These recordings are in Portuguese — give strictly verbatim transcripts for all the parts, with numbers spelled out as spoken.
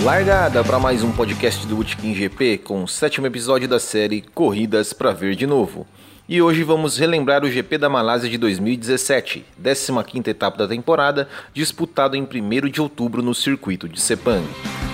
Largada para mais um podcast do Botequim G P com o sétimo episódio da série Corridas para Ver de Novo. E hoje vamos relembrar o G P da Malásia de dois mil e dezessete, décima quinta etapa da temporada, disputado em primeiro de outubro no circuito de Sepang.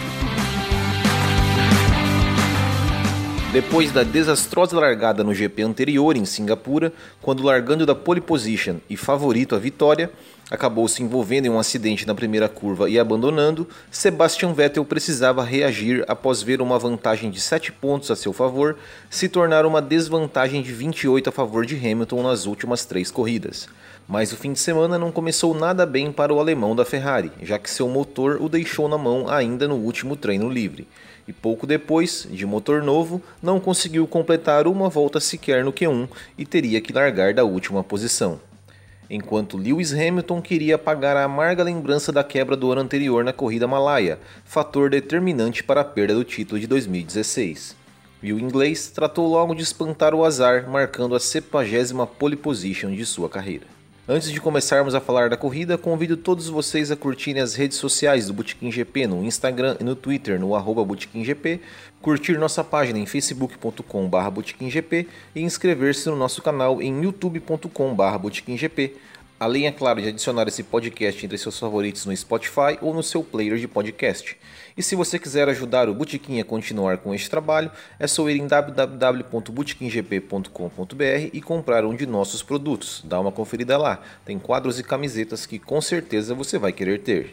Depois da desastrosa largada no G P anterior em Singapura, quando largando da pole position e favorito à vitória, acabou se envolvendo em um acidente na primeira curva e abandonando, Sebastian Vettel precisava reagir após ver uma vantagem de sete pontos a seu favor se tornar uma desvantagem de vinte e oito a favor de Hamilton nas últimas três corridas. Mas o fim de semana não começou nada bem para o alemão da Ferrari, já que seu motor o deixou na mão ainda no último treino livre. E pouco depois, de motor novo, não conseguiu completar uma volta sequer no Q um e teria que largar da última posição. Enquanto Lewis Hamilton queria apagar a amarga lembrança da quebra do ano anterior na corrida malaia, fator determinante para a perda do título de dois mil e dezesseis. E o inglês tratou logo de espantar o azar, marcando a septuagésima pole position de sua carreira. Antes de começarmos a falar da corrida, convido todos vocês a curtirem as redes sociais do Botequim G P no Instagram e no Twitter no arroba Botequim G P, curtir nossa página em facebook ponto com barra Botequim G P e inscrever-se no nosso canal em youtube ponto com barra Botequim G P, além, é claro, de adicionar esse podcast entre seus favoritos no Spotify ou no seu player de podcast. E se você quiser ajudar o Botequim a continuar com este trabalho, é só ir em w w w ponto botequim g p ponto com ponto b r e comprar um de nossos produtos. Dá uma conferida lá, tem quadros e camisetas que com certeza você vai querer ter.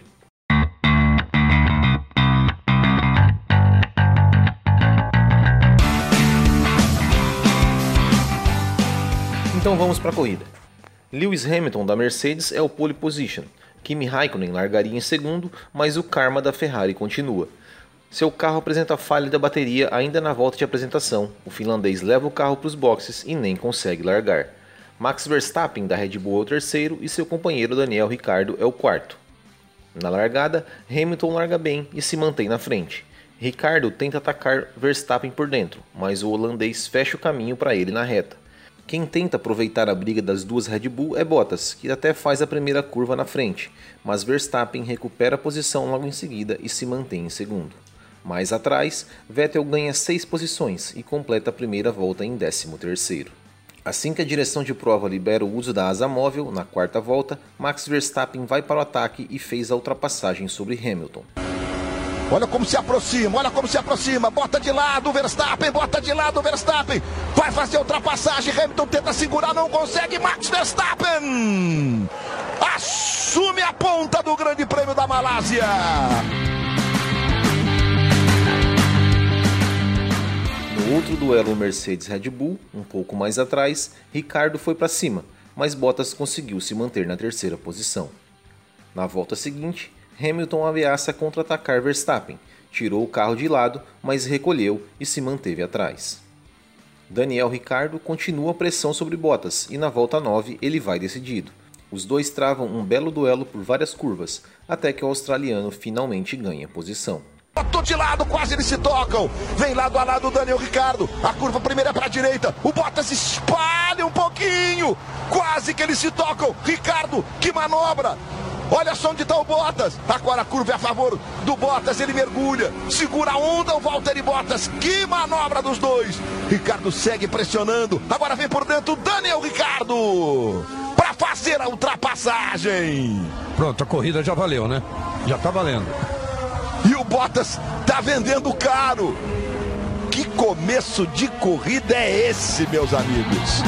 Então vamos para a corrida. Lewis Hamilton da Mercedes é o pole position. Kimi Raikkonen largaria em segundo, mas o karma da Ferrari continua. Seu carro apresenta falha da bateria ainda na volta de apresentação. O finlandês leva o carro para os boxes e nem consegue largar. Max Verstappen da Red Bull é o terceiro e seu companheiro Daniel Ricciardo é o quarto. Na largada, Hamilton larga bem e se mantém na frente. Ricciardo tenta atacar Verstappen por dentro, mas o holandês fecha o caminho para ele na reta. Quem tenta aproveitar a briga das duas Red Bull é Bottas, que até faz a primeira curva na frente, mas Verstappen recupera a posição logo em seguida e se mantém em segundo. Mais atrás, Vettel ganha seis posições e completa a primeira volta em décimo terceiro. Assim que a direção de prova libera o uso da asa móvel, na quarta volta, Max Verstappen vai para o ataque e fez a ultrapassagem sobre Hamilton. Olha como se aproxima, olha como se aproxima, bota de lado o Verstappen, bota de lado o Verstappen, vai fazer a ultrapassagem, Hamilton tenta segurar, não consegue, Max Verstappen assume a ponta do Grande Prêmio da Malásia. No outro duelo Mercedes-Red Bull, um pouco mais atrás, Ricciardo foi para cima, mas Bottas conseguiu se manter na terceira posição. Na volta seguinte, Hamilton ameaça contra-atacar Verstappen, tirou o carro de lado, mas recolheu e se manteve atrás. Daniel Ricciardo continua a pressão sobre Bottas e na volta nove ele vai decidido. Os dois travam um belo duelo por várias curvas, até que o australiano finalmente ganha posição. Botou de lado, quase eles se tocam, vem lado a lado o Daniel Ricciardo, a curva primeira é para a direita, o Bottas espalha um pouquinho, quase que eles se tocam, Ricciardo, que manobra! Olha só onde está o Bottas. Agora a curva é a favor do Bottas. Ele mergulha. Segura a onda o Valtteri Bottas. Que manobra dos dois. Ricciardo segue pressionando. Agora vem por dentro o Daniel Ricciardo para fazer a ultrapassagem. Pronto, a corrida já valeu, né? Já tá valendo. E o Bottas tá vendendo caro. Que começo de corrida é esse, meus amigos?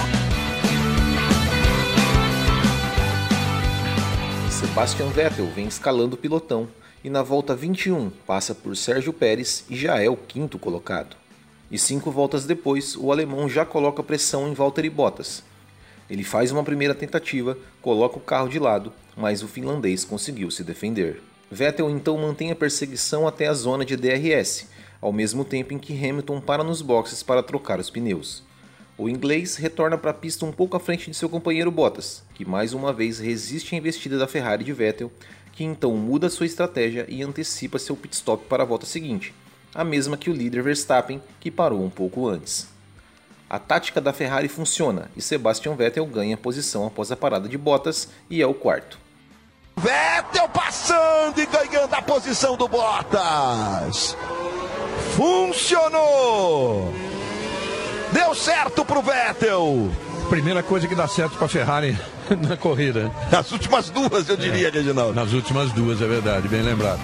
Sebastian Vettel vem escalando o pilotão e na volta vinte e um passa por Sérgio Pérez e já é o quinto colocado. E cinco voltas depois, o alemão já coloca pressão em Valtteri Bottas. Ele faz uma primeira tentativa, coloca o carro de lado, mas o finlandês conseguiu se defender. Vettel então mantém a perseguição até a zona de D R S, ao mesmo tempo em que Hamilton para nos boxes para trocar os pneus. O inglês retorna para a pista um pouco à frente de seu companheiro Bottas, que mais uma vez resiste à investida da Ferrari de Vettel, que então muda sua estratégia e antecipa seu pit stop para a volta seguinte, a mesma que o líder Verstappen, que parou um pouco antes. A tática da Ferrari funciona e Sebastian Vettel ganha posição após a parada de Bottas e é o quarto. Vettel passando e ganhando chegando à posição do Bottas. Funcionou. Deu certo pro Vettel. Primeira coisa que dá certo para a Ferrari na corrida. Nas últimas duas, eu diria, é, Reginaldo. Nas últimas duas, é verdade, bem lembrado.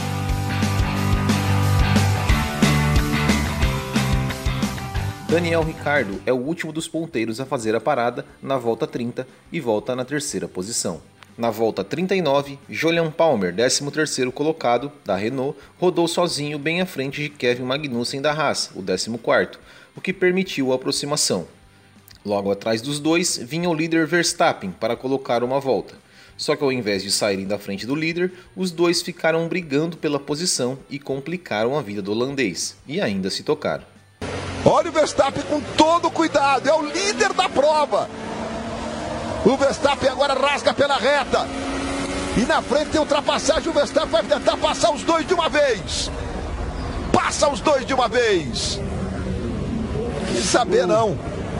Daniel Ricciardo é o último dos ponteiros a fazer a parada na volta trinta e volta na terceira posição. Na volta trinta e nove, Jolyon Palmer, décimo terceiro colocado da Renault, rodou sozinho bem à frente de Kevin Magnussen da Haas, o décimo quarto, o que permitiu a aproximação. Logo atrás dos dois, vinha o líder Verstappen para colocar uma volta. Só que ao invés de saírem da frente do líder, os dois ficaram brigando pela posição e complicaram a vida do holandês, e ainda se tocaram. Olha o Verstappen com todo cuidado, é o líder da prova. O Verstappen agora rasga pela reta. E na frente tem ultrapassagem, o Verstappen vai tentar passar os dois de uma vez. Passa os dois de uma vez. Quis saber não.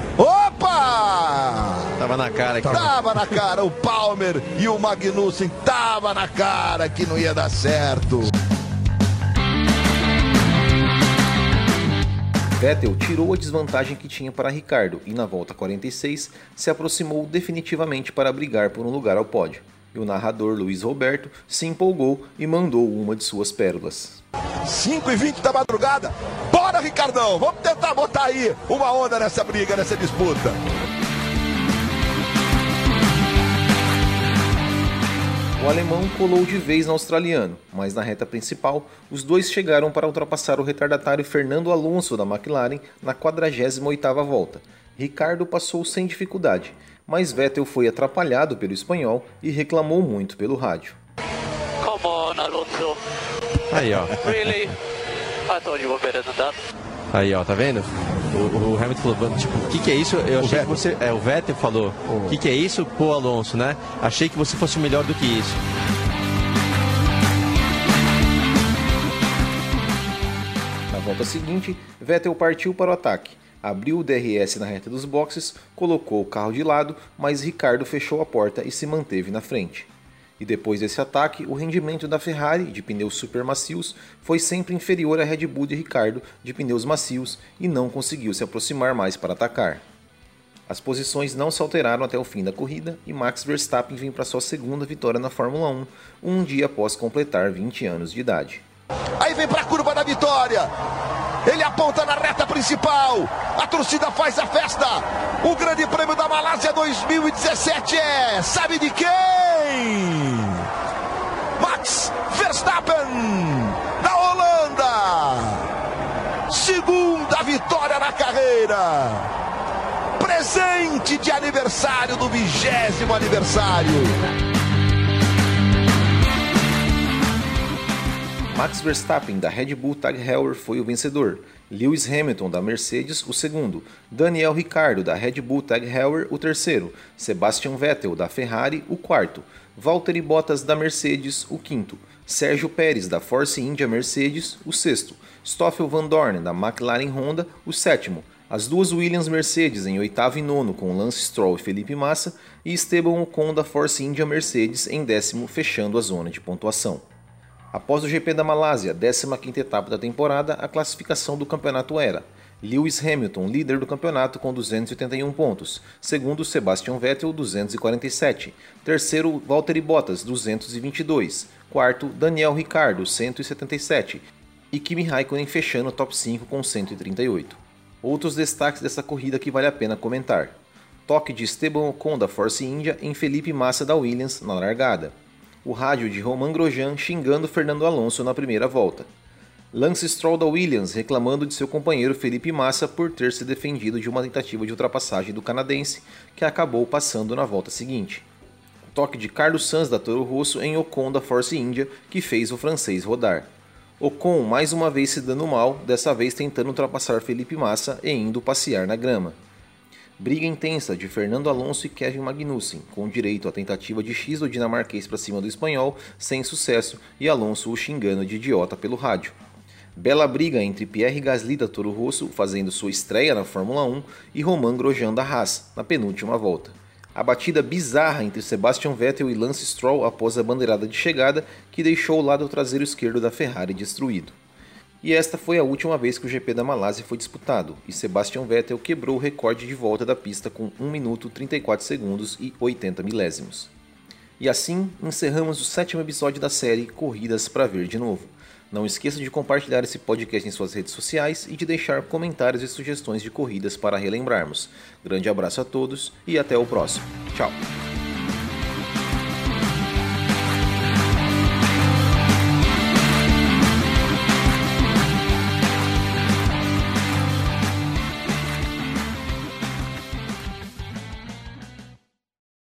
Opa! Tava na cara aqui. Tava na cara, o Palmer e o Magnussen. Tava na cara que não ia dar certo. Vettel tirou a desvantagem que tinha para Ricciardo e na volta quarenta e seis se aproximou definitivamente para brigar por um lugar ao pódio. E o narrador Luiz Roberto se empolgou e mandou uma de suas pérolas. cinco e vinte da madrugada. Bora, Ricardão! Vamos tentar botar aí uma onda nessa briga, nessa disputa. O alemão colou de vez no australiano, mas na reta principal, os dois chegaram para ultrapassar o retardatário Fernando Alonso da McLaren na quadragésima oitava volta. Ricciardo passou sem dificuldade, mas Vettel foi atrapalhado pelo espanhol e reclamou muito pelo rádio. Come on, Alonso. Aí, ó. Really? I thought you were better than that. Aí, ó, tá vendo? O, o Hamilton falou, tipo, o que que é isso? Eu achei que você... É, o Vettel falou, o que que é isso? Pô, Alonso, né? Achei que você fosse melhor do que isso. Na volta seguinte, Vettel partiu para o ataque. Abriu o D R S na reta dos boxes, colocou o carro de lado, mas Ricciardo fechou a porta e se manteve na frente. E depois desse ataque, o rendimento da Ferrari, de pneus super macios, foi sempre inferior à Red Bull de Ricciardo, de pneus macios, e não conseguiu se aproximar mais para atacar. As posições não se alteraram até o fim da corrida e Max Verstappen vem para sua segunda vitória na Fórmula um, um dia após completar vinte anos de idade. Aí vem para a curva da vitória. Ele aponta na reta principal. A torcida faz a festa. O Grande Prêmio da Malásia dois mil e dezessete é... Sabe de quem? Max Verstappen, da Holanda. Segunda vitória na carreira. Presente de aniversário do vigésimo aniversário. Max Verstappen, da Red Bull Tag Heuer, foi o vencedor. Lewis Hamilton, da Mercedes, o segundo. Daniel Ricciardo, da Red Bull Tag Heuer, o terceiro. Sebastian Vettel, da Ferrari, o quarto. Valtteri Bottas, da Mercedes, o quinto. Sérgio Pérez, da Force India Mercedes, o sexto. Stoffel Van Dorn, da McLaren Honda, o sétimo. As duas Williams Mercedes em oitavo e nono, com Lance Stroll e Felipe Massa. E Esteban Ocon, da Force India Mercedes, em décimo, fechando a zona de pontuação. Após o G P da Malásia, décima quinta etapa da temporada, a classificação do campeonato era: Lewis Hamilton, líder do campeonato com duzentos e oitenta e um pontos, segundo Sebastian Vettel, duzentos e quarenta e sete, terceiro Valtteri Bottas, duzentos e vinte e dois, quarto Daniel Ricciardo, cento e setenta e sete, e Kimi Raikkonen fechando o top cinco com cento e trinta e oito. Outros destaques dessa corrida que vale a pena comentar: toque de Esteban Ocon da Force India em Felipe Massa da Williams na largada. O rádio de Romain Grosjean xingando Fernando Alonso na primeira volta. Lance Stroll da Williams reclamando de seu companheiro Felipe Massa por ter se defendido de uma tentativa de ultrapassagem do canadense, que acabou passando na volta seguinte. Toque de Carlos Sainz da Toro Rosso em Ocon da Force India, que fez o francês rodar. Ocon mais uma vez se dando mal, dessa vez tentando ultrapassar Felipe Massa e indo passear na grama. Briga intensa de Fernando Alonso e Kevin Magnussen, com direito à tentativa de X do dinamarquês para cima do espanhol, sem sucesso, e Alonso o xingando de idiota pelo rádio. Bela briga entre Pierre Gasly da Toro Rosso, fazendo sua estreia na Fórmula um, e Romain Grosjean da Haas, na penúltima volta. a batida bizarra entre Sebastian Vettel e Lance Stroll após a bandeirada de chegada, que deixou o lado traseiro esquerdo da Ferrari destruído. E esta foi a última vez que o G P da Malásia foi disputado, e Sebastian Vettel quebrou o recorde de volta da pista com um minuto, trinta e quatro segundos e oitenta milésimos. E assim, encerramos o sétimo episódio da série Corridas para Ver de Novo. Não esqueça de compartilhar esse podcast em suas redes sociais e de deixar comentários e sugestões de corridas para relembrarmos. Grande abraço a todos e até o próximo. Tchau!